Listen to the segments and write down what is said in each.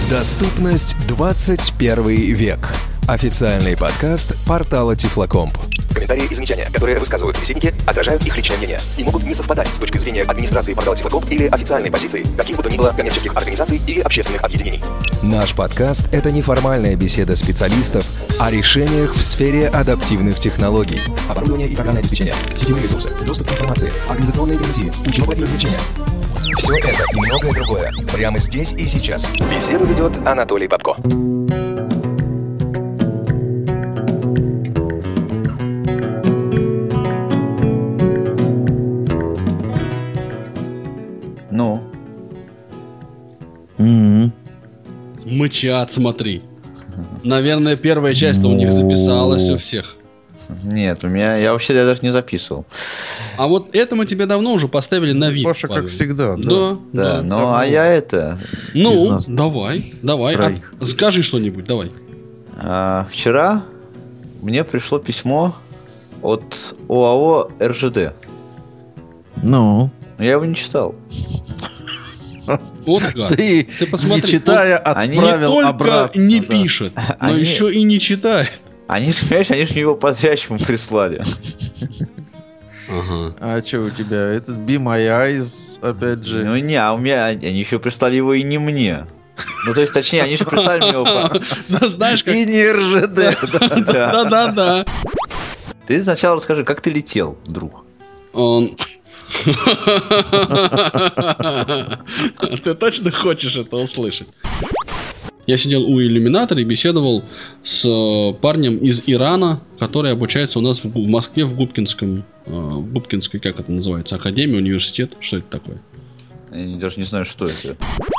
Доступность 21 век. Официальный подкаст портала Тифлокомп. Комментарии и замечания, которые высказывают собеседники, отражают их личное мнение и могут не совпадать с точки зрения администрации портала Тифлокомп или официальной позиции каких бы то ни было коммерческих организаций или общественных объединений. Наш подкаст – это неформальная беседа специалистов о решениях в сфере адаптивных технологий. Оборудование и программное обеспечение, сетевые ресурсы, доступ к информации, организационные гарантии, учеба и развлечения. Все это и многое другое прямо здесь и сейчас. Беседу ведет Анатолий Бабко. Ну? Мычат, смотри. Наверное, первая часть-то у них записалась у всех. Нет, я вообще даже не записывал. А вот это мы тебе давно уже поставили на вид. Паша, Павел. как всегда. Да, ну а я это... Ну, давай. Троих. Скажи что-нибудь, давай. Вчера мне пришло письмо от ОАО РЖД. Ну? Но я его не читал. Вот как. Ты посмотри, не читая, отправил не только обратно. не пишет, но Они- еще и не читает. Они же его по зрячему прислали. Ага. А что у тебя? Этот Be My Eyes, опять же. Ну не, а у меня они еще прислали его и не мне. Ну то есть, точнее, они же прислали мне его Да, знаешь, как... И не РЖД. Да. Ты сначала расскажи, как ты летел, друг? Ты точно хочешь это услышать? Я сидел у иллюминатора и беседовал с парнем из Ирана, который обучается у нас в Москве в Губкинской, как это называется, академия, университет. Что это такое? Я даже не знаю, что это.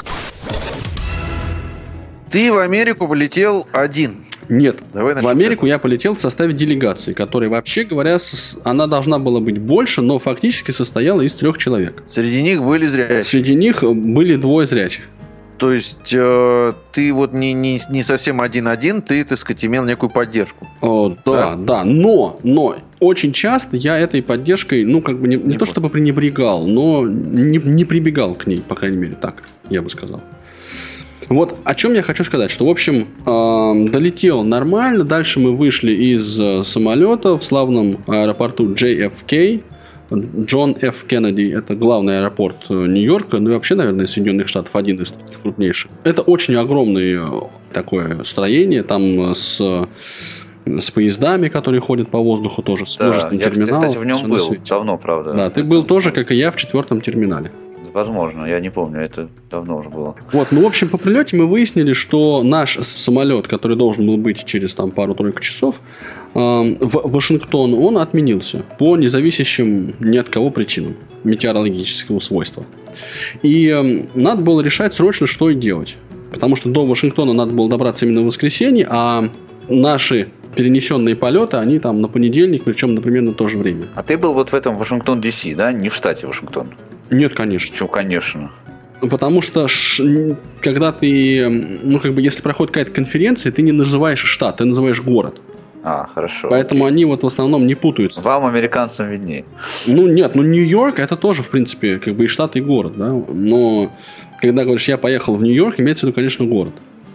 Ты в Америку полетел один. Нет, Давай в начнем Америку я полетел в составе делегации, которая, вообще говоря, она должна была быть больше, но фактически состояла из 3 человек. Среди них были зрячие. Среди них были 2 зрячих. То есть ты вот не совсем один-один, ты, так сказать, имел некую поддержку. Да. Но очень часто я этой поддержкой, не то чтобы пренебрегал, но не прибегал к ней, по крайней мере, так я бы сказал. Вот о чем я хочу сказать, что, в общем, долетел нормально, дальше мы вышли из самолета в славном аэропорту JFK, Джон Ф. Кеннеди, это главный аэропорт Нью-Йорка, ну и вообще, наверное, Соединенных Штатов, один из таких крупнейших. Это очень огромное такое строение, там с поездами, которые ходят по воздуху тоже, с множеством терминалов. Я, кстати, в нем был давно, правда. Да, ты был тоже, как и я, в 4-м терминале. Возможно, я не помню, это давно уже было. Вот, ну, в общем, по прилете мы выяснили, что наш самолет, который должен был быть через там пару-тройку часов, в Вашингтон, он отменился по независящим ни от кого причинам метеорологического свойства. И надо было решать срочно, что и делать. Потому что до Вашингтона надо было добраться именно в воскресенье, а наши перенесенные полеты, они там на понедельник, причем, например, на то же время. А ты был вот в этом Вашингтон DC, да? Не в штате Вашингтон? Нет, конечно. Почему, конечно? Потому что, когда ты, если проходит какая-то конференция, ты не называешь штат, ты называешь город. Хорошо. Поэтому они вот в основном не путаются. Вам, американцам, виднее. Нью-Йорк это тоже, в принципе, как бы и штат, и город, да. Но когда говоришь, я поехал в Нью-Йорк, имеется в виду, конечно, город.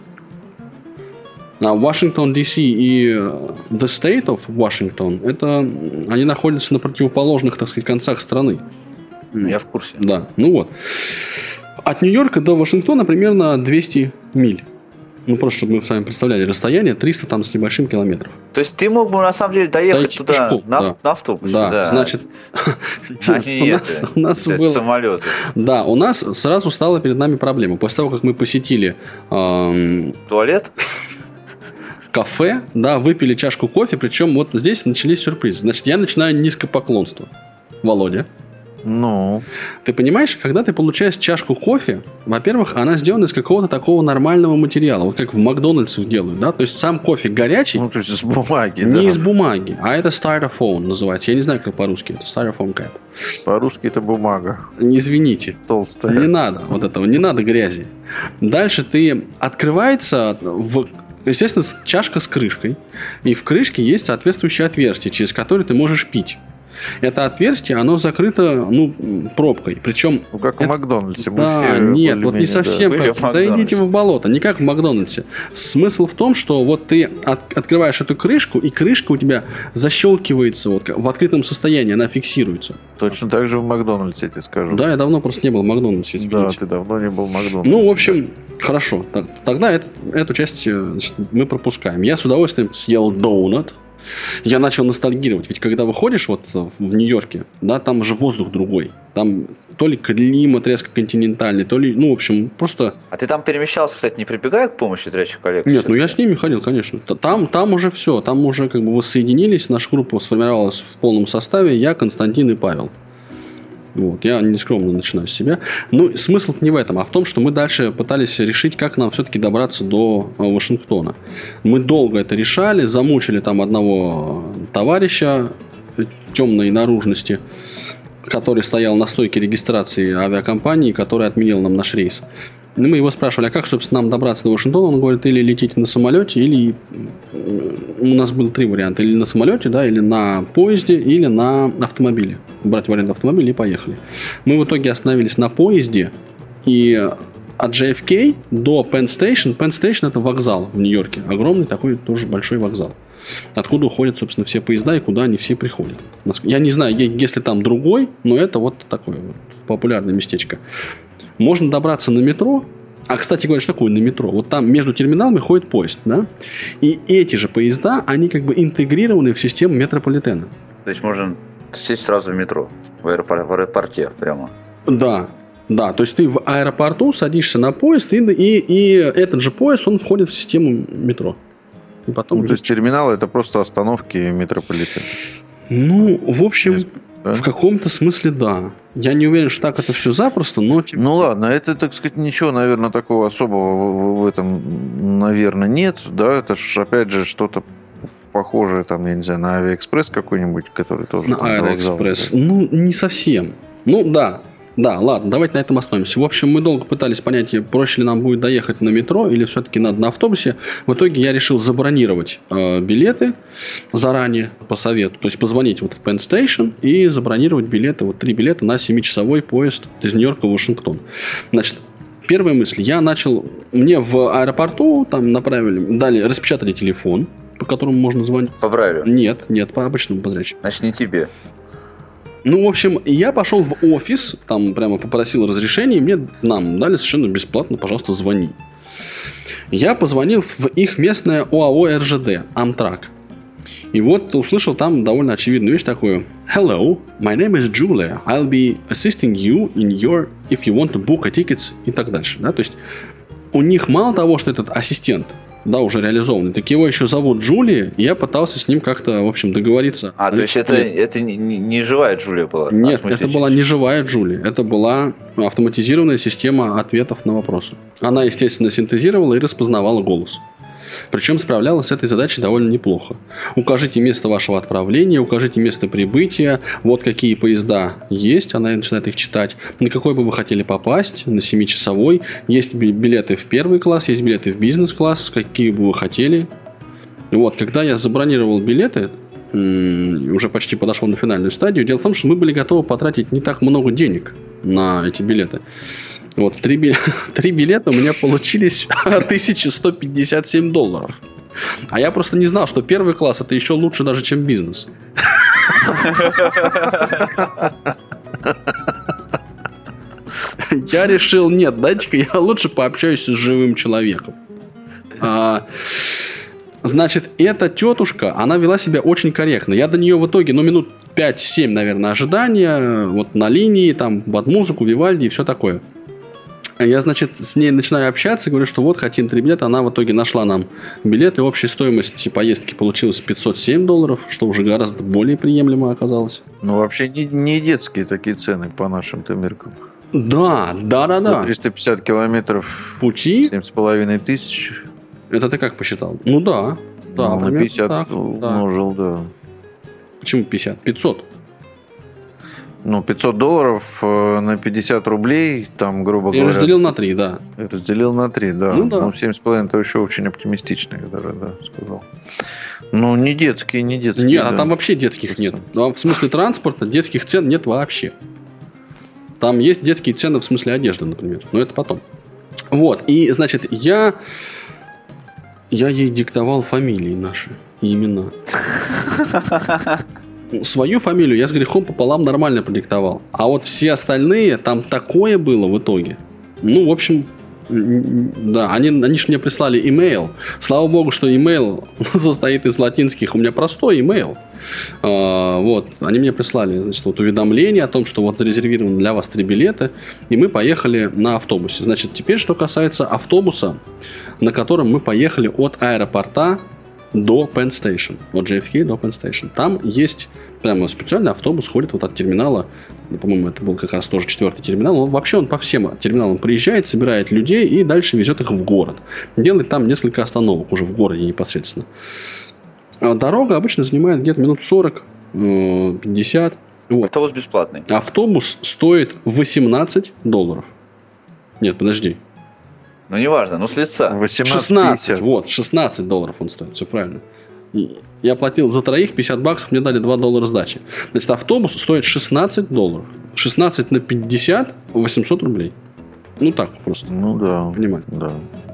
А Вашингтон, Д.С. и The State of Washington, они находятся на противоположных, так сказать, концах страны. Я в курсе. Да, ну вот. От Нью-Йорка до Вашингтона примерно 200 миль. Ну, просто, чтобы мы с вами представляли расстояние, 300 там с небольшим километров. То есть ты мог бы, на самом деле, доехать туда пешком, на автобусе? Да, значит, у нас было... самолеты. Да, у нас сразу стала перед нами проблема. После того, как мы посетили... Туалет? Кафе, да, выпили чашку кофе, причем вот здесь начались сюрпризы. Значит, я начинаю низкопоклонство. Володя. Ну? Ты понимаешь, когда ты получаешь чашку кофе, во-первых, она сделана из какого-то такого нормального материала, вот как в Макдональдсах делают, да, то есть сам кофе горячий, Ну, то есть из бумаги, не да. из бумаги, а это styrofoam называется, я не знаю, как по-русски, это styrofoam cap. По-русски это бумага. Извините, Толстая. не надо вот этого, не надо грязи. Дальше открывается, естественно, чашка с крышкой, и в крышке есть соответствующее отверстие, через которое ты можешь пить. Это отверстие, оно закрыто, пробкой. Причем... Как в Макдональдсе. Да, нет, вот не совсем. Да. Да идите вы в болото, не как в Макдональдсе. Смысл в том, что вот ты открываешь эту крышку, и крышка у тебя защелкивается вот в открытом состоянии, она фиксируется. Точно так же в Макдональдсе, я тебе скажу. Да, я давно просто не был в Макдональдсе. Да, ты давно не был в Макдональдсе. Ну, в общем, хорошо. Тогда эту часть, значит, мы пропускаем. Я с удовольствием съел доунат. Я начал ностальгировать. Ведь когда выходишь вот в Нью-Йорке, да, там же воздух другой. Там то ли климат резко континентальный, то ли, в общем, просто... А ты там перемещался, кстати, не прибегая к помощи зрячих коллег? Нет, я с ними ходил, конечно. Там уже все. Там уже как бы воссоединились. Наша группа сформировалась в полном составе. Я, Константин и Павел. Вот, я нескромно начинаю с себя. Но смысл не в этом, а в том, что мы дальше пытались решить, как нам все-таки добраться до Вашингтона. Мы долго это решали, замучили там одного товарища темной наружности, который стоял на стойке регистрации авиакомпании, который отменил нам наш рейс. И мы его спрашивали, а как, собственно, нам добраться до Вашингтона? Он говорит, или летите на самолете, или... У нас было 3 варианта. Или на самолете, да, или на поезде, или на автомобиле. Брать в аренду автомобиль и поехали. Мы в итоге остановились на поезде. И от JFK до Penn Station. Penn Station — это вокзал в Нью-Йорке. Огромный такой тоже большой вокзал. Откуда уходят, собственно, все поезда и куда они все приходят. Я не знаю, если там другой, но это вот такое вот популярное местечко. Можно добраться на метро. А, кстати говоря, что такое на метро? Вот там между терминалами ходит поезд, да? И эти же поезда, они как бы интегрированы в систему метрополитена. То есть можно сесть сразу в метро, в аэропорте прямо. Да. То есть ты в аэропорту садишься на поезд, и этот же поезд, он входит в систему метро. И потом... то есть терминалы — это просто остановки метрополитена. В общем... В каком-то смысле, да. Я не уверен, что так это все запросто, но... Ну ладно, это, так сказать, ничего, наверное, такого особого в этом, наверное, нет. Да, это ж, опять же, что-то похожее, там, я не знаю, на Авиаэкспресс какой-нибудь, который тоже... На Аэроэкспресс. Не совсем. Да, ладно, давайте на этом остановимся. В общем, мы долго пытались понять, проще ли нам будет доехать на метро или все-таки надо на автобусе. В итоге я решил забронировать билеты заранее по совету. То есть позвонить вот в Penn Station и забронировать билеты, вот 3 билета на 7-часовой поезд из Нью-Йорка в Вашингтон. Значит, первая мысль. Мне в аэропорту там распечатали телефон, по которому можно звонить. По Брайлю? Нет, по обычному по зрячему. Значит, не тебе. В общем, я пошел в офис, там прямо попросил разрешения, и нам дали совершенно бесплатно, пожалуйста, звони. Я позвонил в их местное ОАО РЖД, Amtrak. И вот услышал там довольно очевидную вещь такую. Hello, my name is Julia. I'll be assisting you if you want to book a tickets и так дальше. Да? То есть у них мало того, что этот ассистент, да, уже реализованный, так его еще зовут Джулия, и я пытался с ним как-то, в общем, договориться. То есть это не живая Джулия была? Нет, это была не живая Джулия, это была автоматизированная система ответов на вопросы. Она, естественно, синтезировала и распознавала голос. Причем справлялась с этой задачей довольно неплохо. Укажите место вашего отправления, укажите место прибытия, вот какие поезда есть, она начинает их читать, на какой бы вы хотели попасть, на 7-часовой, есть билеты в первый класс, есть билеты в бизнес-класс, какие бы вы хотели. И вот, когда я забронировал билеты, уже почти подошел на финальную стадию, дело в том, что мы были готовы потратить не так много денег на эти билеты. Вот, 3 билета у меня получились $1157. А я просто не знал, что первый класс — это еще лучше даже, чем бизнес. Я решил, нет, дайте-ка я лучше пообщаюсь с живым человеком. Значит, эта тетушка, она вела себя очень корректно. Я до нее в итоге, минут 5-7, наверное, ожидания. Вот на линии, там, под музыку, Вивальди и все такое. Я, значит, с ней начинаю общаться, говорю, что вот, хотим 3 билета. Она в итоге нашла нам билеты. Общая стоимость поездки получилась $507, что уже гораздо более приемлемо оказалось. Вообще не детские такие цены по нашим-то меркам. Да. За 350 километров пути 7,5 тысяч. Это ты как посчитал? Да. На 50 так, умножил, да. Почему 50? 500. Ну, $500 на 50 рублей, там, грубо говоря... И разделил на 3, да. Разделил на 3, да. Ну, да. 7,5 это еще очень оптимистично, я даже, да, сказал. Ну, не детские. Нет, да. А там вообще детских нет. В смысле транспорта детских цен нет вообще. Там есть детские цены в смысле одежды, например. Но это потом. Вот. И, значит, я ей диктовал фамилии наши и имена. Свою фамилию я с грехом пополам нормально продиктовал. А вот все остальные, там такое было в итоге. Ну, в общем, да, они же мне прислали имейл. Слава богу, что имейл состоит из латинских. У меня простой имейл. Вот, они мне прислали, значит, вот уведомление о том, что вот зарезервированы для вас 3 билета. И мы поехали на автобусе. Значит, теперь, что касается автобуса, на котором мы поехали от аэропорта до Penn Station, от JFK до Penn Station. Там есть прямо специальный автобус, ходит вот от терминала, по-моему, это был как раз тоже 4-й терминал. Вообще он по всем терминалам приезжает, собирает людей и дальше везет их в город. Делает там несколько остановок уже в городе непосредственно. Дорога обычно занимает где-то минут 40, 50. Вот. Автобус бесплатный. Автобус стоит $18. Нет, подожди. Ну, неважно, но с лица. 16, вот, $16 он стоит, все правильно. И я платил за троих $50, мне дали $2 сдачи. Значит, автобус стоит $16. 16 на 50 800 рублей. Ну так просто. Ну да. Понимаете? Да.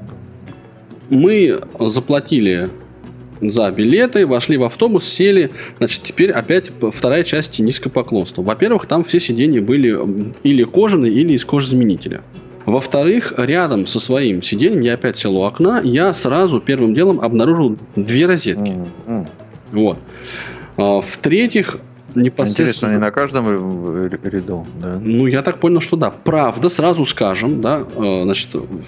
Мы заплатили за билеты, вошли в автобус, сели. Значит, теперь опять вторая часть низкопоклонства. Во-первых, там все сиденья были или кожаные, или из кожзаменителя. Во-вторых, рядом со своим сиденьем, я опять сел у окна, я сразу первым делом обнаружил 2 розетки. Вот. В-третьих, непосредственно... Интересно, не на каждом ряду, да? Ну, я так понял, что да. Правда, сразу скажем, да, значит,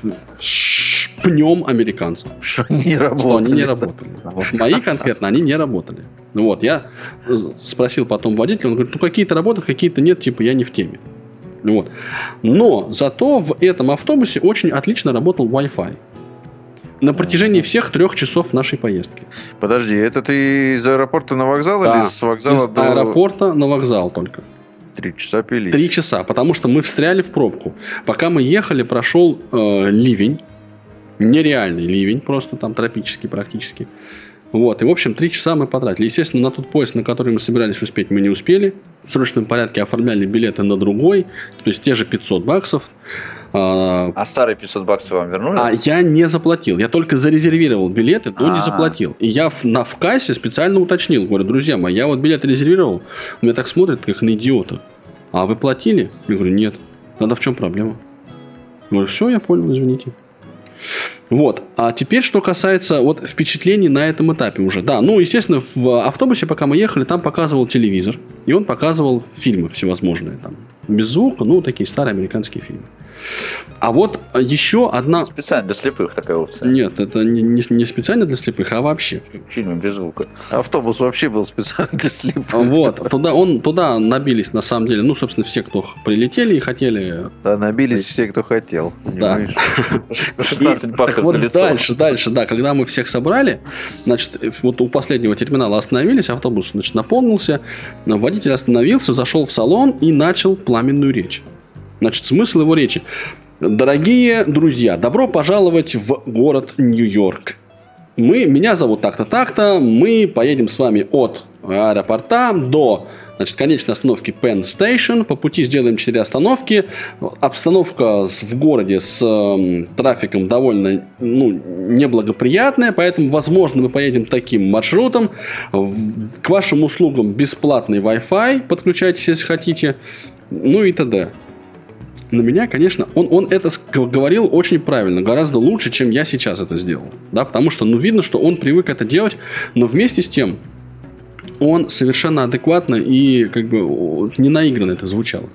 шпнем американцев. Что они не работали. Что они не работали. Вот мои конкретно, они не работали. Вот, я спросил потом водителя, он говорит, ну, какие-то работают, какие-то нет, типа, я не в теме. Вот. Но зато в этом автобусе очень отлично работал Wi-Fi. На протяжении всех 3 часов нашей поездки. Подожди, это ты из аэропорта на вокзал Да, или с вокзала из аэропорта на вокзал только. 3 часа пили? 3 часа, потому что мы встряли в пробку. Пока мы ехали, прошел ливень. Нереальный ливень, просто там тропический практически. Вот, и в общем 3 часа мы потратили. Естественно, на тот поезд, на который мы собирались успеть, мы не успели. В срочном порядке оформляли билеты на другой. То есть те же $500. А старые $500 вам вернули? А я не заплатил. Я только зарезервировал билеты, но не заплатил. И я в кассе специально уточнил. Говорю, друзья мои, я вот билеты резервировал. У меня так смотрят, как на идиота. А вы платили? Я говорю, нет. Тогда в чем проблема? Я говорю, все, я понял, извините. Вот. А теперь, что касается вот впечатлений на этом этапе уже. Да, ну, естественно, в автобусе, пока мы ехали, там показывал телевизор. И он показывал фильмы всевозможные. Там, без звука, ну, такие старые американские фильмы. А вот еще одна... Специально для слепых такая опция. Нет, это не специально для слепых, а вообще. Фильмы без звука. Автобус вообще был специально для слепых. Вот, туда набились, на самом деле, ну, собственно, все, кто прилетели и хотели... Да, набились все, кто хотел. Да. $16 вот за лицо. Дальше, да, когда мы всех собрали, значит, вот у последнего терминала остановились, автобус, значит, наполнился, водитель остановился, зашел в салон и начал пламенную речь. Значит, смысл его речи. Дорогие друзья, добро пожаловать в город Нью-Йорк. Меня зовут так-то, так-то. Мы поедем с вами от аэропорта до, значит, конечной остановки Penn Station. По пути сделаем 4 остановки. Обстановка в городе с трафиком довольно неблагоприятная. Поэтому, возможно, мы поедем таким маршрутом. К вашим услугам бесплатный Wi-Fi. Подключайтесь, если хотите. Ну и т.д. На меня, конечно, он это говорил очень правильно, гораздо лучше, чем я сейчас это сделал. Да, потому что, видно, что он привык это делать, но вместе с тем он совершенно адекватно и как бы не наигранно это звучало.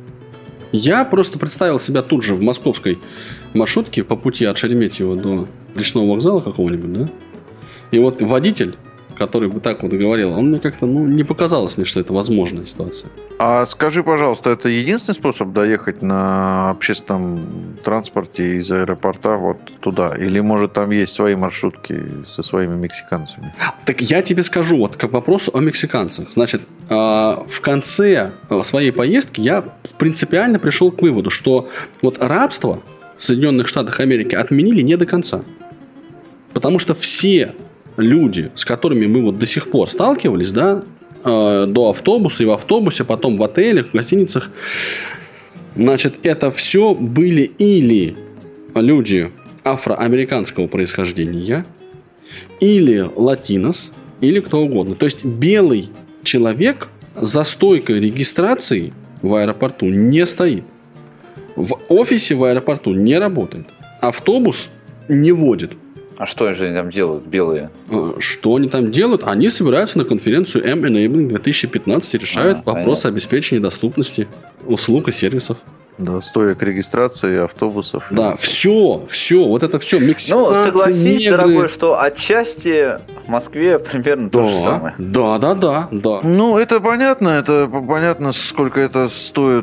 Я просто представил себя тут же в московской маршрутке по пути от Шереметьево до Речного вокзала какого-нибудь, да? И вот водитель, который бы так вот говорил, он мне как-то, не показалось мне, что это возможная ситуация. А скажи, пожалуйста, это единственный способ доехать на общественном транспорте из аэропорта вот туда? Или, может, там есть свои маршрутки со своими мексиканцами? Так я тебе скажу, вот к вопросу о мексиканцах. Значит, в конце своей поездки я принципиально пришел к выводу, что вот рабство в Соединенных Штатах Америки отменили не до конца. Потому что все люди, с которыми мы вот до сих пор сталкивались, да, до автобуса и в автобусе, потом в отелях, в гостиницах, значит, это все были или люди афроамериканского происхождения, или латинос, или кто угодно. То есть белый человек за стойкой регистрации в аэропорту не стоит. В офисе в аэропорту не работает. Автобус не водит. А что же они там делают, белые? Что они там делают? Они собираются на конференцию M-Enabling 2015 и решают вопрос обеспечения доступности услуг и сервисов. Да, стоек регистрации автобусов. Да, все, вот это все. Мексиканцы, ну, согласись, негры. Дорогой, что отчасти в Москве примерно то же самое. Да. Ну, это понятно, сколько это стоит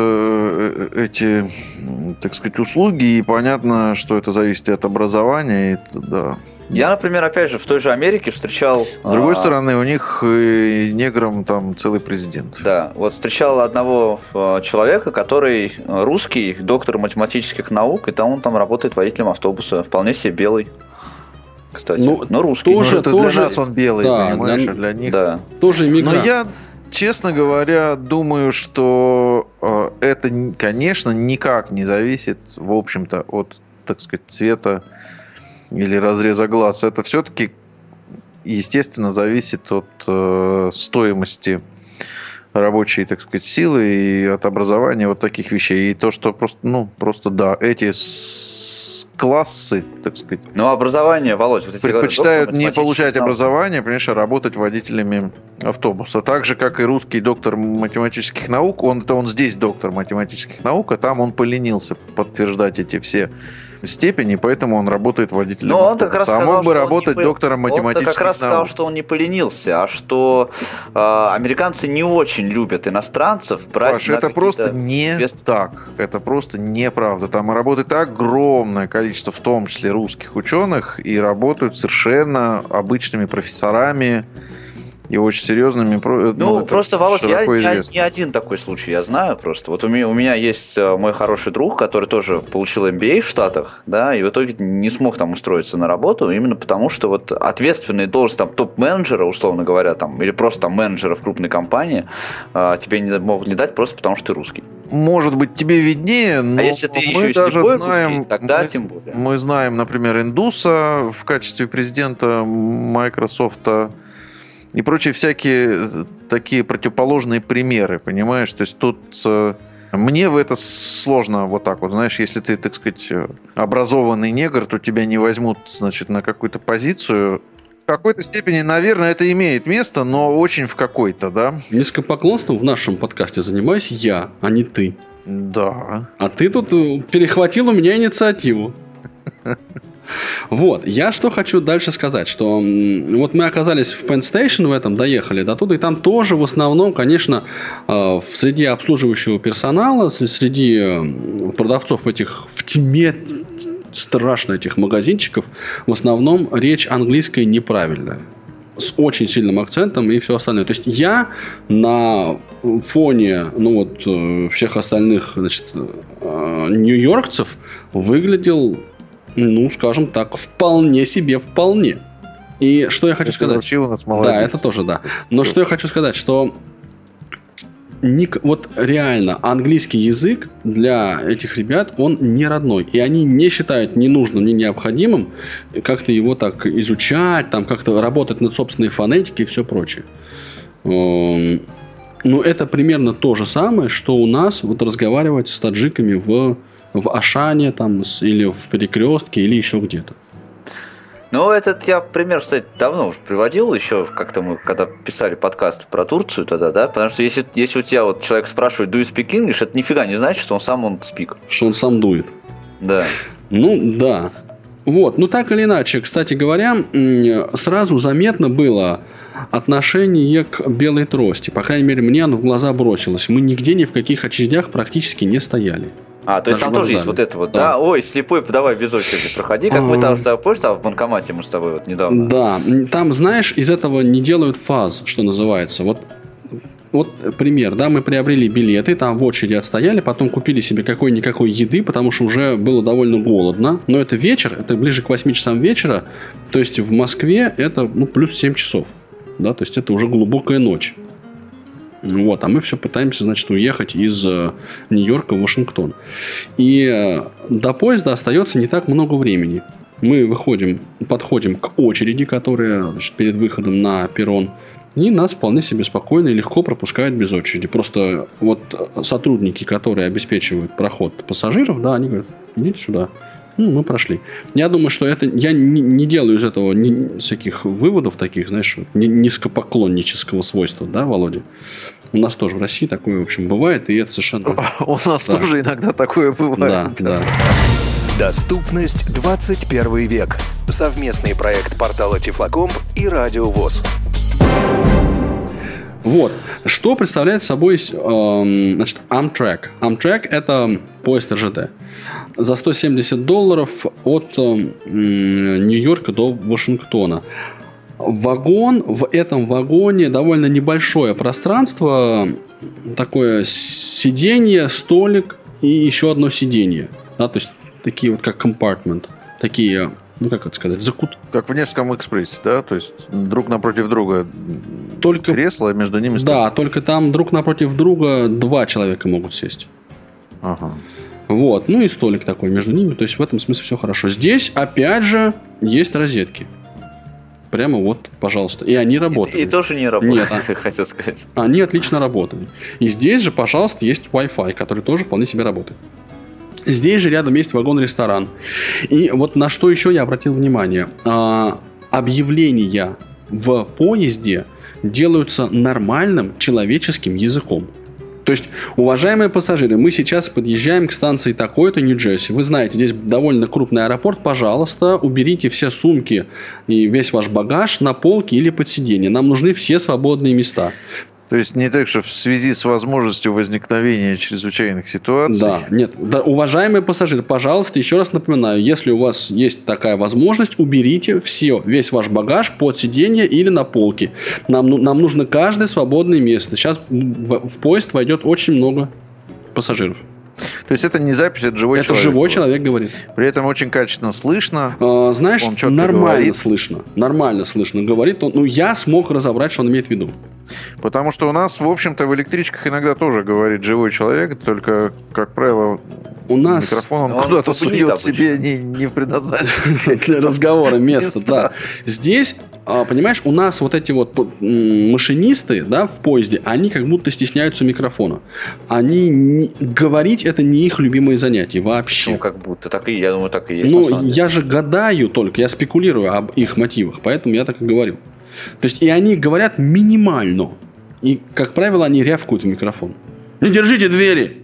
эти, так сказать, услуги, и понятно, что это зависит от образования, и, да. Я, например, опять же, в той же Америке встречал... С другой стороны, у них неграм там целый президент. Да, вот встречал одного человека, который русский, доктор математических наук, и там он там работает водителем автобуса, вполне себе белый, кстати. Но русский. Тоже, это для нас он белый, да, понимаешь, а для них... Да. Тоже иммигрант. Но я, честно говоря, думаю, что это, конечно, никак не зависит, в общем-то, от, так сказать, цвета или разреза глаз. Это все-таки, естественно, зависит от стоимости рабочей, так сказать, силы и от образования вот таких вещей. И то, что просто да, эти классы, так сказать, образование, Володь, вот предпочитают не получать образование, понимаешь, а работать водителями автобуса. Так же, как и русский доктор математических наук, он здесь доктор математических наук, а там он поленился подтверждать эти все степени, поэтому он работает водителем. Но он как раз сказал, мог бы работать доктором математических наук. Он как раз сказал, что он не поленился, а что американцы не очень любят иностранцев брать. Паш, это просто не так. Это просто неправда. Там работает огромное количество, в том числе русских ученых, и работают совершенно обычными профессорами и очень серьезными. Просто, Володь, я не один такой случай, я знаю просто. Вот у меня есть мой хороший друг, который тоже получил MBA в Штатах, да, и в итоге не смог там устроиться на работу, именно потому что вот ответственные должности там топ-менеджера, условно говоря, там, или просто там менеджера в крупной компании тебе не могут не дать просто потому, что ты русский. Может быть, тебе виднее, но если ты мы даже знаем, тогда тем более. Мы знаем, например, индуса в качестве президента Microsoft и прочие всякие такие противоположные примеры, понимаешь? То есть тут мне в это сложно вот так вот, знаешь, если ты, так сказать, образованный негр, то тебя не возьмут, значит, на какую-то позицию. В какой-то степени, наверное, это имеет место, но очень в какой-то, да? Низкопоклонством в нашем подкасте занимаюсь я, а не ты. Да. А ты тут перехватил у меня инициативу. Вот, я что хочу дальше сказать, что вот мы оказались в Penn Station в этом, доехали до туда, и там тоже в основном, конечно, среди обслуживающего персонала, среди продавцов этих в тьме страшно этих магазинчиков, в основном речь английская неправильная, с очень сильным акцентом и все остальное. То есть я на фоне всех остальных, значит, нью-йоркцев выглядел, скажем так, вполне. И что я хочу сказать? У нас молодец. Да, это тоже да. Но что я хочу сказать, что вот реально английский язык для этих ребят, он не родной. И они не считают ни нужным, ни необходимым как-то его так изучать, там как-то работать над собственной фонетикой и все прочее. Но это примерно то же самое, что у нас вот разговаривать с таджиками в Ашане там, или в Перекрестке, или еще где-то. Ну, этот я пример, кстати, давно уже приводил, еще как-то мы, когда писали подкаст про Турцию тогда, да, потому что если у тебя вот человек спрашивает, do you speak English, это нифига не значит, что он speak. Что он сам дует. Да. Да. Вот, так или иначе, кстати говоря, сразу заметно было отношение к белой трости. По крайней мере, мне оно в глаза бросилось. Мы нигде ни в каких очередях практически не стояли. То есть там тоже есть вот это вот, да? Ой, слепой, давай без очереди проходи, как мы там с тобой, помнишь, в банкомате мы с тобой вот недавно. Да, там, знаешь, из этого не делают фаз, что называется. Вот вот пример, да, мы приобрели билеты, там в очереди отстояли, потом купили себе какой-никакой еды, потому что уже было довольно голодно. Но это вечер, это ближе к 8 часам вечера, то есть в Москве это плюс 7 часов, да, то есть это уже глубокая ночь. Вот, а мы все пытаемся, значит, уехать из Нью-Йорка в Вашингтон. И до поезда остается не так много времени. Мы подходим к очереди, которая, значит, перед выходом на перрон, и нас вполне себе спокойно и легко пропускают без очереди. Просто вот сотрудники, которые обеспечивают проход пассажиров, да, они говорят, идите сюда. Мы прошли. Я думаю, что это я не делаю из этого всяких выводов таких, знаешь, низкопоклоннического свойства, да, Володя? У нас тоже в России такое, в общем, бывает, и это совершенно... У нас тоже иногда такое бывает. Да. Доступность 21 век. Совместный проект портала Тифлокомп и Радио ВОС. Вот. Что представляет собой, значит, Amtrak? Amtrak – это поезд РЖД. За $170 от Нью-Йорка до Вашингтона. В этом вагоне довольно небольшое пространство, такое сиденье, столик и еще одно сиденье. Да, то есть такие вот как компартмент, такие, как это сказать, закут. Как в Невском экспрессе, да? То есть друг напротив друга только кресла, а между ними столик. Да, только там друг напротив друга 2 человека могут сесть. Ага. Вот, и столик такой между ними, то есть в этом смысле все хорошо. Здесь, опять же, есть розетки. Прямо вот, пожалуйста. И они работали. И тоже не работали, хотел сказать. Они отлично работали. И здесь же, пожалуйста, есть Wi-Fi, который тоже вполне себе работает. Здесь же рядом есть вагон-ресторан. И вот на что еще я обратил внимание. Объявления в поезде делаются нормальным человеческим языком. То есть, уважаемые пассажиры, мы сейчас подъезжаем к станции такой-то, Нью-Джерси. Вы знаете, здесь довольно крупный аэропорт. Пожалуйста, уберите все сумки и весь ваш багаж на полке или под сиденье. Нам нужны все свободные места. То есть не так, что в связи с возможностью возникновения чрезвычайных ситуаций. Да, нет. Да, уважаемые пассажиры, пожалуйста, еще раз напоминаю, если у вас есть такая возможность, уберите весь ваш багаж под сиденье или на полке. Нам нужно каждое свободное место. Сейчас в поезд войдет очень много пассажиров. То есть это не запись, это живой человек. Это живой человек говорит. При этом очень качественно слышно. Знаешь, нормально слышно. Нормально слышно говорит он. Я смог разобрать, что он имеет в виду. Потому что у нас, в общем-то, в электричках иногда тоже говорит живой человек, только, как правило, у нас микрофон он куда-то сует себе не в предназначенное для разговора место. Да. Здесь, понимаешь, у нас вот эти вот машинисты, да, в поезде, они как будто стесняются микрофона. Говорить это не их любимое занятие вообще. Как будто, я думаю, так и есть. Я же гадаю только, я спекулирую об их мотивах, поэтому я так и говорю. То есть, и они говорят минимально. И, как правило, они рявкают в микрофон. Не держите двери!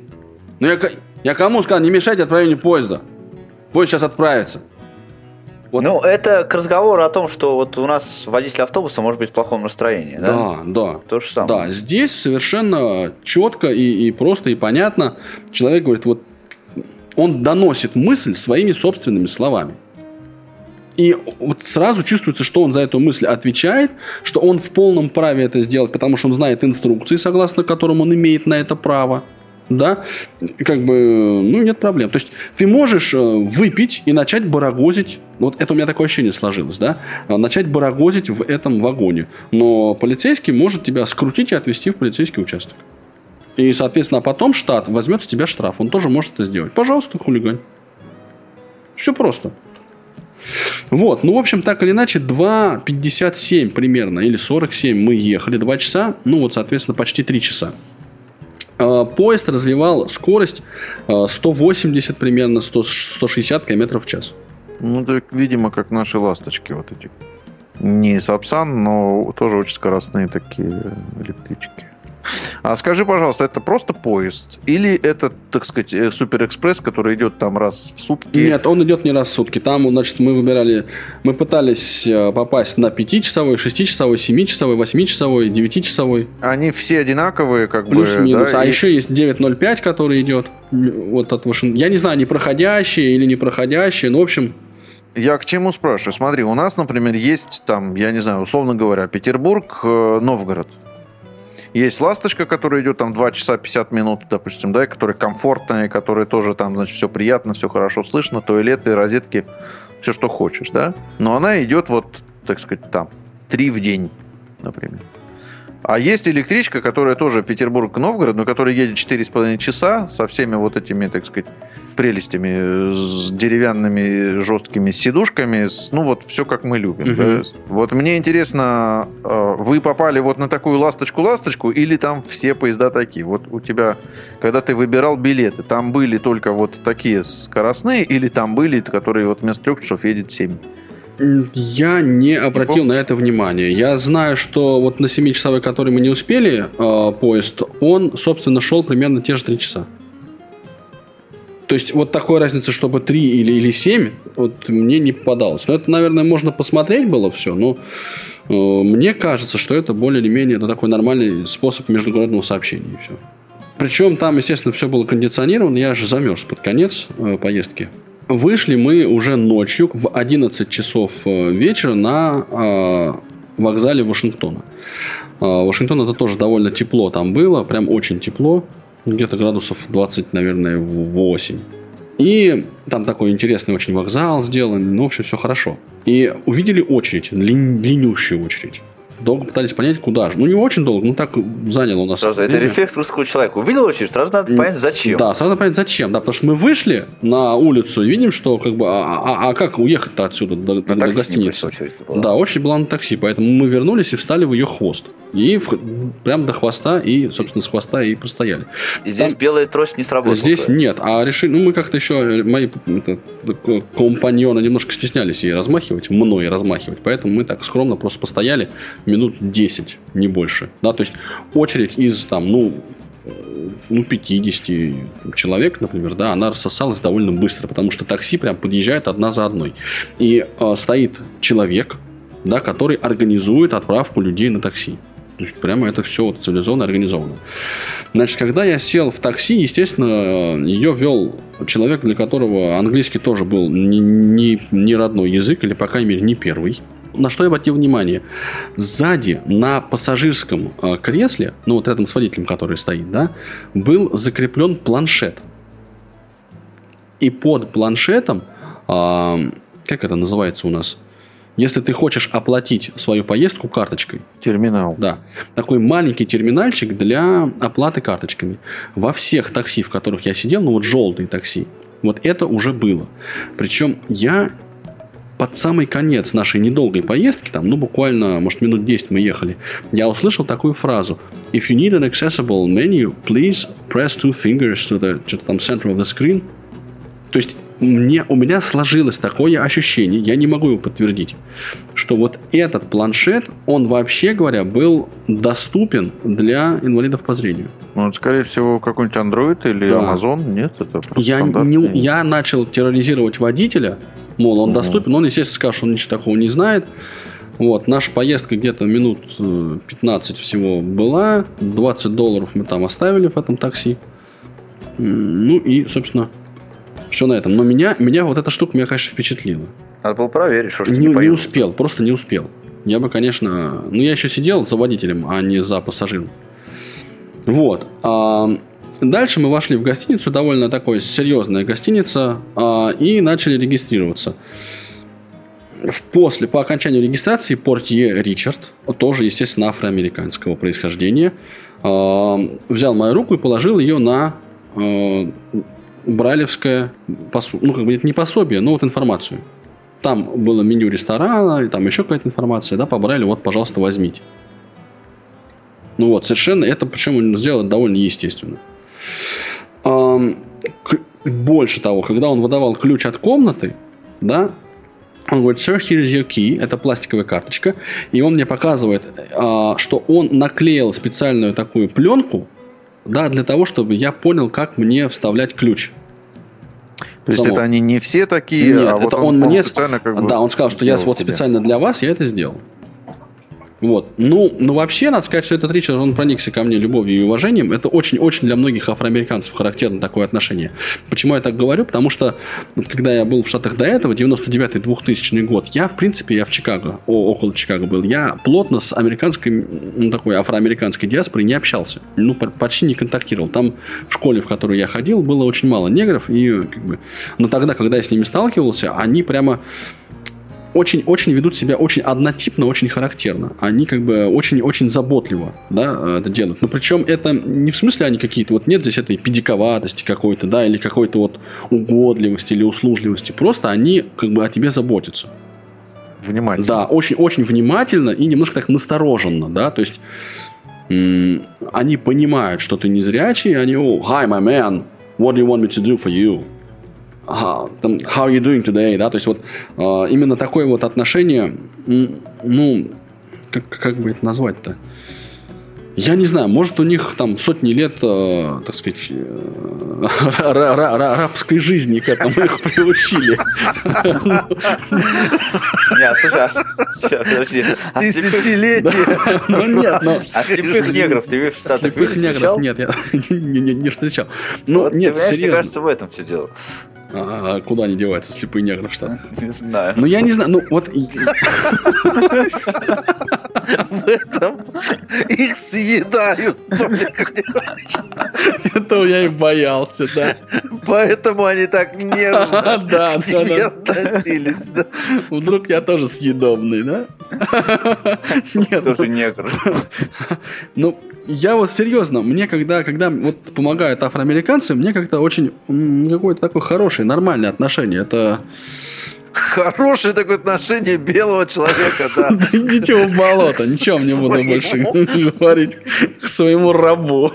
Я кому сказал, не мешайте отправлению поезда. Поезд сейчас отправится. Вот. Это к разговору о том, что вот у нас водитель автобуса может быть в плохом настроении. Да. То же самое. Да, здесь совершенно четко и просто и понятно. Человек говорит, вот он доносит мысль своими собственными словами. И вот сразу чувствуется, что он за эту мысль отвечает, что он в полном праве это сделать, потому что он знает инструкции, согласно которым он имеет на это право. Да? Нет проблем. То есть ты можешь выпить и начать барагозить. Вот это у меня такое ощущение сложилось, да? Начать барагозить в этом вагоне. Но полицейский может тебя скрутить и отвезти в полицейский участок. И, соответственно, потом штат возьмет с тебя штраф. Он тоже может это сделать. Пожалуйста, хулигань. Все просто. Вот, в общем, так или иначе, 2:57 примерно, или 47 мы ехали, 2 часа, соответственно, почти 3 часа. Поезд развивал скорость 180 примерно, 160 км в час. Так, видимо, как наши ласточки вот эти. Не Сапсан, но тоже очень скоростные такие электрички. А скажи, пожалуйста, это просто поезд? Или это, так сказать, суперэкспресс, который идет там раз в сутки? Нет, он идет не раз в сутки. Там, значит, мы пытались попасть на 5-часовой, 6-часовой, 7-часовой, 8-часовой, 9-часовой. Они все одинаковые, плюс-минус. Да? Еще есть 9.05, который идет вот от Вашингтона. Я не знаю, не проходящие или не проходящие, но, в общем... Я к чему спрашиваю? Смотри, у нас, например, есть там, я не знаю, условно говоря, Петербург, Новгород. Есть «Ласточка», которая идет там 2 часа 50 минут, допустим, да, и которая комфортная, и которая тоже там, значит, все приятно, все хорошо слышно, туалеты, розетки, все, что хочешь, да. Но она идет вот, так сказать, там 3 в день, например. А есть электричка, которая тоже Петербург-Новгород, но которая едет 4,5 часа со всеми вот этими, так сказать, прелестями, с деревянными жесткими сидушками, ну вот все как мы любим. Да? Вот мне интересно, вы попали вот на такую ласточку или там все поезда такие? Вот у тебя, когда ты выбирал билеты, там были только вот такие скоростные или там были, которые вот вместо 3 часов едет 7? Я не обратил на это внимания. Я знаю, что вот на 7-часовой, который мы не успели, поезд, он, собственно, шел примерно те же 3 часа. То есть вот такой разницы, чтобы 3 или 7, вот мне не попадалось. Но это, наверное, можно посмотреть было все, но мне кажется, что это более или менее такой нормальный способ междугородного сообщения. И все. Причем там, естественно, все было кондиционировано. Я же замерз под конец поездки. Вышли мы уже ночью в 11 часов вечера на вокзале Вашингтона. Вашингтон это тоже довольно тепло там было, прям очень тепло, где-то градусов 20, наверное, 8. И там такой интересный очень вокзал сделан, ну, в общем, все хорошо. И увидели очередь, длиннющую очередь. Долго пытались понять, куда же. Ну, не очень долго, но так заняло у нас. Сразу, это рефлекс русского человека. Увидел очередь, сразу надо понять, зачем. Да, сразу надо понять, зачем. Да, потому что мы вышли на улицу и видим, что как бы, как уехать-то отсюда до гостиницы? Да, очередь была на такси, поэтому мы вернулись и встали в ее хвост. И прям до хвоста, и, собственно, с хвоста и простояли. И здесь белая трость не сработала? Здесь нет. А решили, мы как-то еще, мои компаньоны немножко стеснялись ей размахивать, мной размахивать, поэтому мы так скромно просто постояли минут 10, не больше. Да, то есть очередь из там, 50 человек, например, да, она рассосалась довольно быстро, потому что такси прям подъезжает одна за одной. И стоит человек, да, который организует отправку людей на такси. То есть прямо это все вот цивилизованно организовано. Значит, когда я сел в такси, естественно, ее вел человек, для которого английский тоже был не родной язык, или, по крайней мере, не первый. На что я обратил внимание? Сзади на пассажирском кресле, ну вот рядом с водителем, который стоит, да, был закреплен планшет. И под планшетом, как это называется у нас? Если ты хочешь оплатить свою поездку карточкой. Терминал. Да. Такой маленький терминальчик для оплаты карточками. Во всех такси, в которых я сидел, ну вот желтые такси, вот это уже было. Причем я под самый конец нашей недолгой поездки, там, буквально, может, минут 10 мы ехали, я услышал такую фразу: If you need an accessible menu, please press 2 fingers to the center of the screen. То есть у меня сложилось такое ощущение, я не могу его подтвердить, что вот этот планшет, он, вообще говоря, был доступен для инвалидов по зрению. Ну, это, скорее всего, какой-нибудь Android или Amazon, нет? Это я начал терроризировать водителя, мол, он доступен, он, естественно, сказал, что он ничего такого не знает. Вот, наша поездка где-то минут 15 всего была, $20 мы там оставили в этом такси. Ну и, собственно, все на этом. Но меня вот эта штука меня, конечно, впечатлила. Надо было проверить, что не успел, просто не успел. Я бы, конечно... Ну, я еще сидел за водителем, а не за пассажиром. Вот. Дальше мы вошли в гостиницу, довольно такая серьезная гостиница, и начали регистрироваться. По окончанию регистрации портье Ричард, тоже, естественно, афроамериканского происхождения, взял мою руку и положил ее на брайлевское пособие. Ну, как бы это не пособие, но вот информацию. Там было меню ресторана, и там еще какая-то информация, да, по Брайлю, вот, пожалуйста, возьмите. Ну вот, совершенно это, причем он сделал это довольно естественно. Больше того, когда он выдавал ключ от комнаты, да, он говорит: Sir, here is your key. Это пластиковая карточка. И он мне показывает, что он наклеил специальную такую пленку, да, для того, чтобы я понял, как мне вставлять ключ. То есть это они не все такие, нет, а вот он мне специально как бы... Да, он сказал, что я вот специально для вас, я это сделал. Вот. Ну, вообще, надо сказать, что этот Ричард, он проникся ко мне любовью и уважением. Это очень-очень для многих афроамериканцев характерно такое отношение. Почему я так говорю? Потому что, когда я был в Штатах до этого, 99-2000 год, я в Чикаго, около Чикаго был, я плотно с американской, такой афроамериканской диаспорой не общался. Почти не контактировал. Там в школе, в которую я ходил, было очень мало негров. Но тогда, когда я с ними сталкивался, они прямо... очень ведут себя очень однотипно, очень характерно. Они очень заботливо, да, это делают. Но причем это не в смысле они какие-то, нет здесь этой педиковатости какой-то, да, или какой-то угодливости или услужливости. Просто они о тебе заботятся. Внимательно. Да, очень внимательно и немножко так настороженно, да, то есть они понимают, что ты незрячий, они, hi, my man, what do you want me to do for you? How are you doing today? Да? То есть именно такое отношение, как бы это назвать-то? Я не знаю, может у них там сотни лет, так сказать, рабской жизни к этому их приучили. Нет, слушай, подожди. Тысячелетия. Ну нет, а слепых негров ты видишь в Штатах встречал? Нет, я не встречал. Ну нет, серьезно. Мне кажется, в этом все дело. А куда они деваются, слепые негры в Штатах? Не знаю. Ну, я не знаю. В этом их съедают. Этого я и боялся, да. Поэтому они так нежно к тебе относились. Вдруг я тоже съедобный, да? Нет, тоже негр. Ну, я серьезно, мне когда помогают афроамериканцы, мне как-то очень какое-то такое хорошее, нормальное отношение. Это... Хорошее такое отношение белого человека, да. Идите в болото, ничего мне буду больше говорить к своему рабу.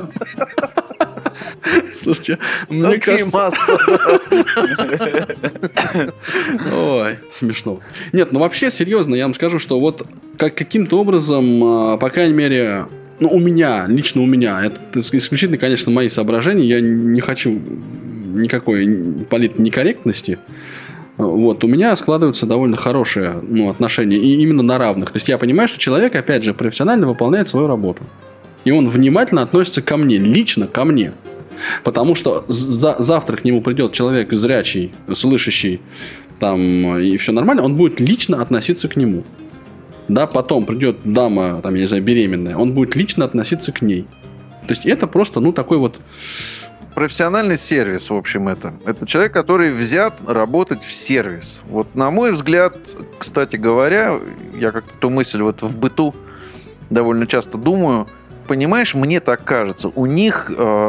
Слушайте, мне кажется... Ой, смешно. Нет, вообще, серьезно, я вам скажу, что каким-то образом, по крайней мере... лично у меня, это исключительно, конечно, мои соображения, я не хочу никакой политнекорректности. У меня складываются довольно хорошие отношения, и именно на равных. То есть я понимаю, что человек, опять же, профессионально выполняет свою работу. И он внимательно относится ко мне, лично ко мне. Потому что завтра к нему придет человек зрячий, слышащий, и все нормально, он будет лично относиться к нему. Да, потом придет дама, беременная, он будет лично относиться к ней. То есть это просто, такой профессиональный сервис, в общем, это. Это человек, который взят работать в сервис. На мой взгляд, кстати говоря, я как-то эту мысль в быту довольно часто думаю. Понимаешь, мне так кажется, у них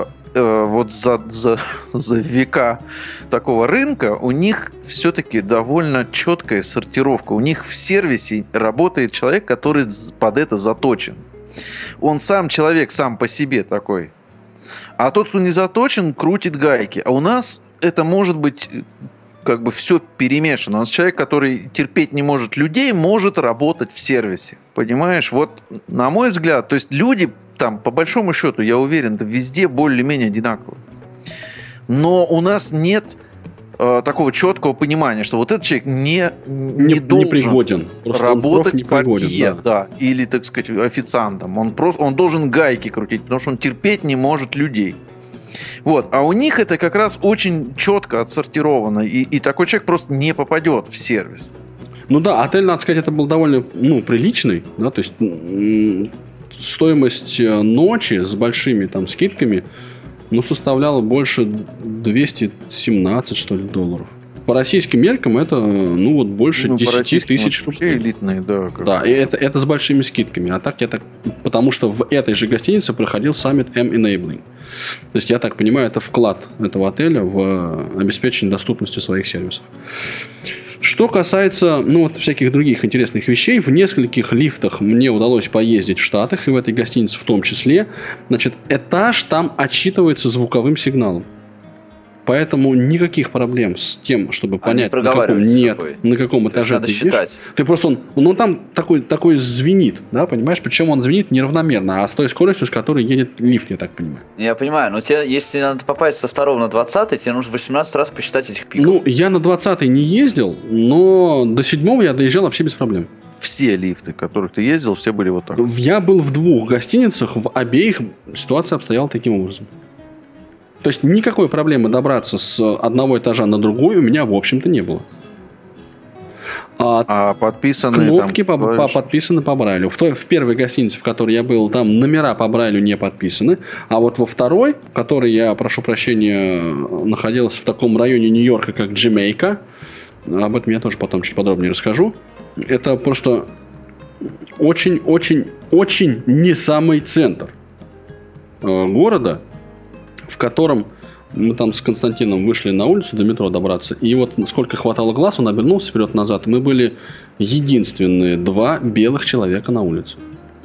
за века такого рынка, у них все-таки довольно четкая сортировка. У них в сервисе работает человек, который под это заточен. Он человек сам по себе такой. А тот, кто не заточен, крутит гайки. А у нас это может быть все перемешано. У нас человек, который терпеть не может людей, может работать в сервисе. Понимаешь? На мой взгляд, то есть люди там, по большому счету, я уверен, везде более-менее одинаковые. Но у нас нет такого четкого понимания, что этот человек не должен пригоден. Работать портье, да, или, так сказать, официантом. Он должен гайки крутить, потому что он терпеть не может людей. А у них это как раз очень четко отсортировано, и такой человек просто не попадет в сервис. Отель, надо сказать, это был довольно приличный, да, то есть стоимость ночи с большими скидками составляла больше 217, что ли, долларов. По российским меркам это, больше 10 тысяч рублей. Элитные, да. Да, и это с большими скидками. А так, потому что в этой же гостинице проходил саммит M-Enabling. То есть, я так понимаю, это вклад этого отеля в обеспечение доступности своих сервисов. Что касается, всяких других интересных вещей, в нескольких лифтах мне удалось поездить в Штатах, и в этой гостинице в том числе. Этаж там отсчитывается звуковым сигналом. Поэтому никаких проблем с тем, чтобы понять, на каком этаже ты едешь. Ты просто там такой звенит, да, понимаешь? Причем он звенит неравномерно, а с той скоростью, с которой едет лифт, я так понимаю. Я понимаю, но если надо попасть со 2 на 20, тебе нужно 18 раз посчитать этих пиков. Я на 20 не ездил, но до 7 я доезжал вообще без проблем. все лифты, в которых ты ездил, все были вот так? Я был в 2 гостиницах, в обеих ситуация обстояла таким образом. То есть никакой проблемы добраться с одного этажа на другой у меня, в общем-то, не было. Подписанные кнопки подписаны по Брайлю. В первой гостинице, в которой я был, там номера по Брайлю не подписаны. А вот во второй, в которой я, прошу прощения, находился в таком районе Нью-Йорка, как Джамайка, об этом я тоже потом чуть подробнее расскажу. Это просто очень-очень-очень не самый центр города, в котором мы там с Константином вышли на улицу до метро добраться. И вот сколько хватало глаз, он обернулся вперед-назад. И мы были единственные 2 белых человека на улице.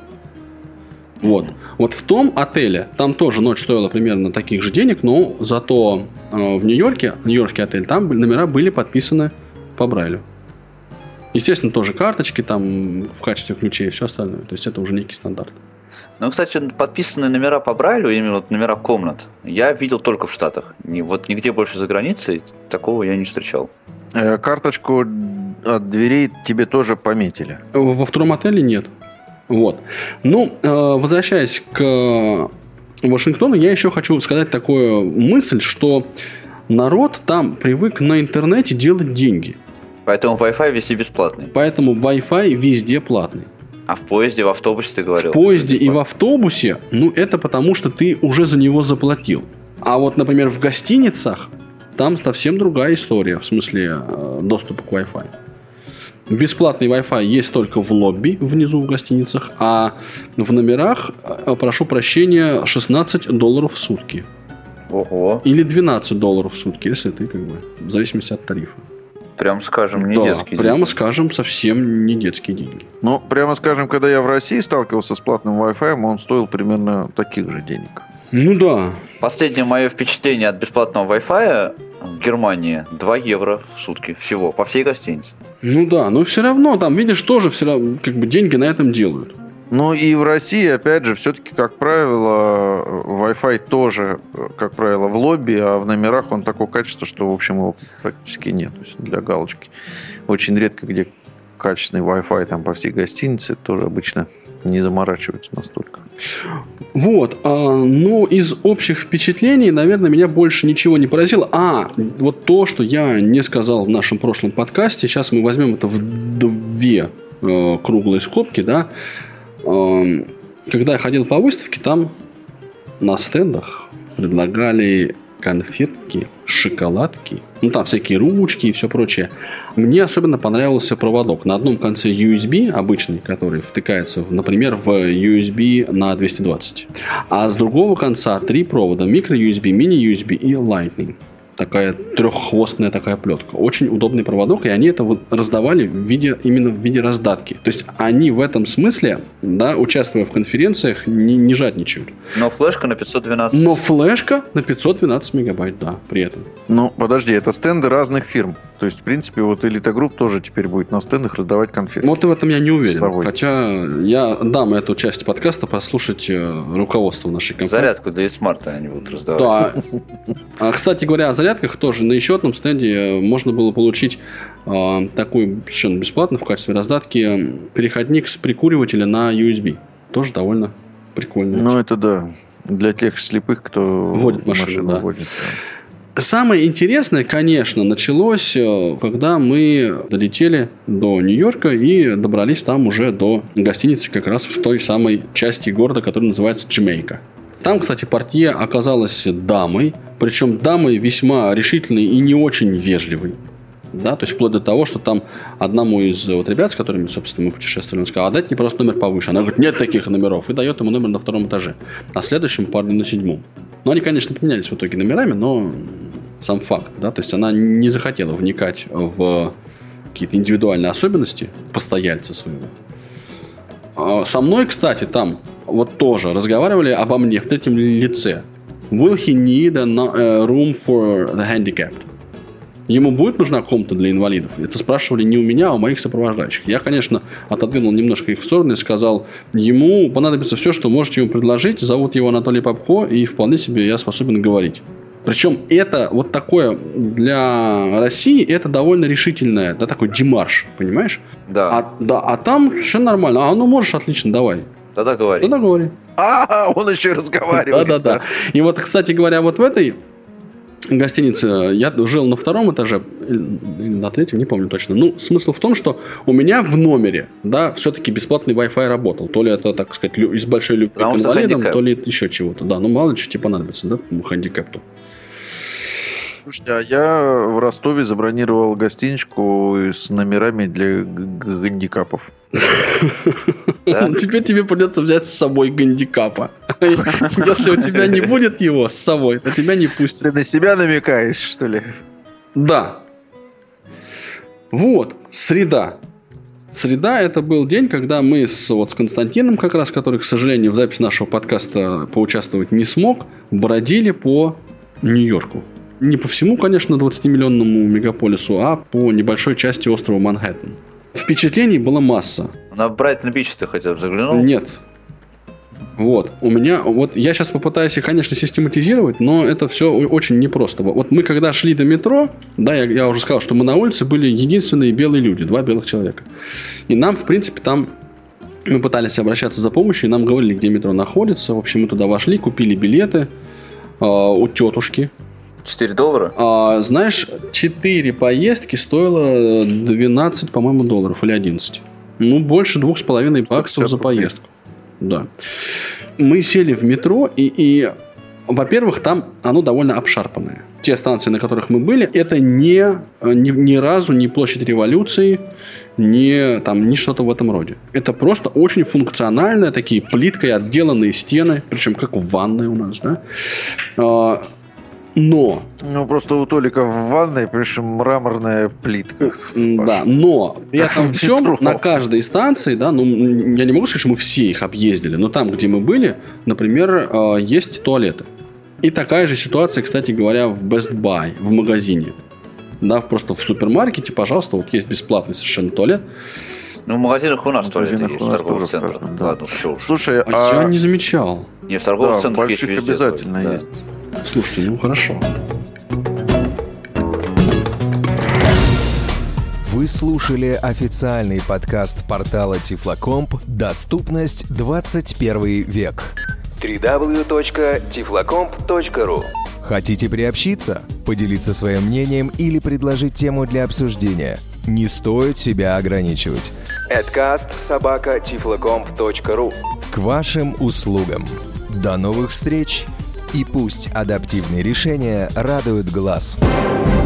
Вот в том отеле, там тоже ночь стоила примерно таких же денег, но зато в Нью-Йорке, нью-йоркский отель, там номера были подписаны по Брайлю. Естественно, тоже карточки там в качестве ключей и все остальное. То есть это уже некий стандарт. Ну, кстати, подписанные номера по Брайлю, именно вот номера комнат, я видел только в Штатах. Вот нигде больше за границей такого я не встречал. Карточку от дверей тебе тоже пометили? Во втором отеле нет. Вот. Ну, возвращаясь к Вашингтону, я еще хочу сказать такую мысль, что народ там привык на интернете делать деньги. Поэтому Wi-Fi везде бесплатный. Поэтому Wi-Fi везде платный. А в поезде, в автобусе ты говорил? В поезде и в автобусе, ну, это потому, что ты уже за него заплатил. А вот, например, в гостиницах там совсем другая история, в смысле доступа к Wi-Fi. Бесплатный Wi-Fi есть только в лобби внизу в гостиницах, а в номерах, прошу прощения, $16 в сутки. Ого. Или $12 в сутки, если ты в зависимости от тарифа. Прямо скажем, не детские деньги. Прямо скажем, совсем не детские деньги. Ну, прямо скажем, когда я в России сталкивался с платным Wi-Fi, он стоил примерно таких же денег. Ну да. Последнее мое впечатление от бесплатного Wi-Fi в Германии 2 евро в сутки всего, по всей гостинице. Ну да, но все равно, там, видишь, тоже все равно, деньги на этом делают. Ну и в России, опять же, все-таки, как правило, Wi-Fi тоже, как правило, в лобби, а в номерах он такого качества, что, в общем, его практически нет. То есть для галочки. Очень редко, где качественный Wi-Fi там по всей гостинице, тоже обычно не заморачиваются настолько. Вот. Ну, из общих впечатлений, наверное, меня больше ничего не поразило. Вот то, что я не сказал в нашем прошлом подкасте, сейчас мы возьмем это в 2 круглые скобки, да. Когда я ходил по выставке, там на стендах предлагали конфетки, шоколадки, ну там всякие ручки и все прочее. Мне особенно понравился проводок. На одном конце USB обычный, который втыкается, например, в USB на 220. А с другого конца 3 провода: микро-USB, мини-USB и Lightning. Такая треххвостная такая плетка. Очень удобный проводок, и они это вот раздавали именно в виде раздатки. То есть они в этом смысле, да, участвуя в конференциях, не жадничают. Но флешка на 512. Но флешка на 512 мегабайт, да, при этом. Ну, подожди, это стенды разных фирм. То есть, в принципе, вот Elite Group тоже теперь будет на стендах раздавать конфеты. Вот в этом я не уверен. Хотя я дам эту часть подкаста послушать руководство нашей компании. Зарядку для смарта они будут раздавать. Да. Кстати говоря, о зарядках тоже на еще одном стенде можно было получить такой совершенно бесплатно в качестве раздатки переходник с прикуривателя на USB. Тоже довольно прикольно. Ну, это да. Для тех слепых, кто водит машину водит. Самое интересное, конечно, началось, когда мы долетели до Нью-Йорка и добрались там уже до гостиницы как раз в той самой части города, которая называется Джамайка. Там, кстати, портье оказалась дамой, причем дамой весьма решительной и не очень вежливой. Да, то есть вплоть до того, что там одному из ребят, с которыми, собственно, мы путешествовали, он сказал: а дайте мне просто номер повыше. Она говорит: нет таких номеров, и дает ему номер на 2 этаже, а следующему парню на 7. Ну, они, конечно, поменялись в итоге номерами, но сам факт, да, то есть она не захотела вникать в какие-то индивидуальные особенности постояльца своего. Со мной, кстати, там вот тоже разговаривали обо мне в 3-м лице. Will he need a room for the handicapped? Ему будет нужна комната для инвалидов? Это спрашивали не у меня, а у моих сопровождающих. Я, конечно, отодвинул немножко их в сторону и сказал: ему понадобится все, что можете ему предложить. Зовут его Анатолий Попко, и вполне себе я способен говорить. Причем это вот такое для России это довольно решительное, да, такой демарш, понимаешь? Да. А там совершенно нормально. Ну можешь, отлично, давай. Тогда говори. Он еще разговаривает. Да. И вот, кстати говоря, вот в этой гостинице я жил на 2-м этаже, или на 3-м, не помню точно. Ну, смысл в том, что у меня в номере, да, все-таки бесплатный Wi-Fi работал. То ли это, так сказать, из большой любви к инвалидам, то ли еще чего-то. Да, ну мало ли что тебе понадобится, да, хэндикэпту. Слушайте, а я в Ростове забронировал гостиничку с номерами для гандикапов. Теперь тебе придется взять с собой гандикапа. Если у тебя не будет его с собой, то тебя не пустят. Ты на себя намекаешь, что ли? Да. Вот, среда. Среда – это был день, когда мы с Константином, как раз, который, к сожалению, в записи нашего подкаста поучаствовать не смог, бродили по Нью-Йорку. Не по всему, конечно, 20-миллионному мегаполису, а по небольшой части острова Манхэттен. Впечатлений была масса. На Брайтон-Бич ты хотя бы заглянул? Нет. Вот. У меня... Вот я сейчас попытаюсь их, конечно, систематизировать, но это все очень непросто. Вот мы когда шли до метро, да, я уже сказал, что мы на улице были единственные белые люди, 2 белых человека. И нам, в принципе, там... Мы пытались обращаться за помощью, и нам говорили, где метро находится. В общем, мы туда вошли, купили билеты у тетушки. $4? Знаешь, 4 поездки стоило 12, по-моему, долларов или 11. Ну, больше $2,5 за поездку. Да. Мы сели в метро, и во-первых, там оно довольно обшарпанное. Те станции, на которых мы были, это ни разу не площадь Революции, ни что-то в этом роде. Это просто очень функциональные, такие плиткой отделанные стены, причем как в ванной у нас, да. Но... Ну, просто у Толика в ванной, причем мраморная плитка. Да, но при этом всем на каждой станции, да, ну, я не могу сказать, что мы все их объездили, но там, где мы были, например, есть туалеты. И такая же ситуация, кстати говоря, в Best Buy, в магазине. Да, просто в супермаркете, пожалуйста, вот есть бесплатный совершенно туалет. Ну, в магазинах у нас туалеты есть, в торговых центрах. Ладно, все уж. Слушай, я не замечал. Не в торговых центрах есть везде. Обязательно есть. Слушайте, ну хорошо. Вы слушали официальный подкаст портала Тифлокомп «Доступность 21 век». www.tiflokomp.ru. Хотите приобщиться, поделиться своим мнением или предложить тему для обсуждения? Не стоит себя ограничивать. @tiflokomp.ru. К вашим услугам. До новых встреч! И пусть адаптивные решения радуют глаз.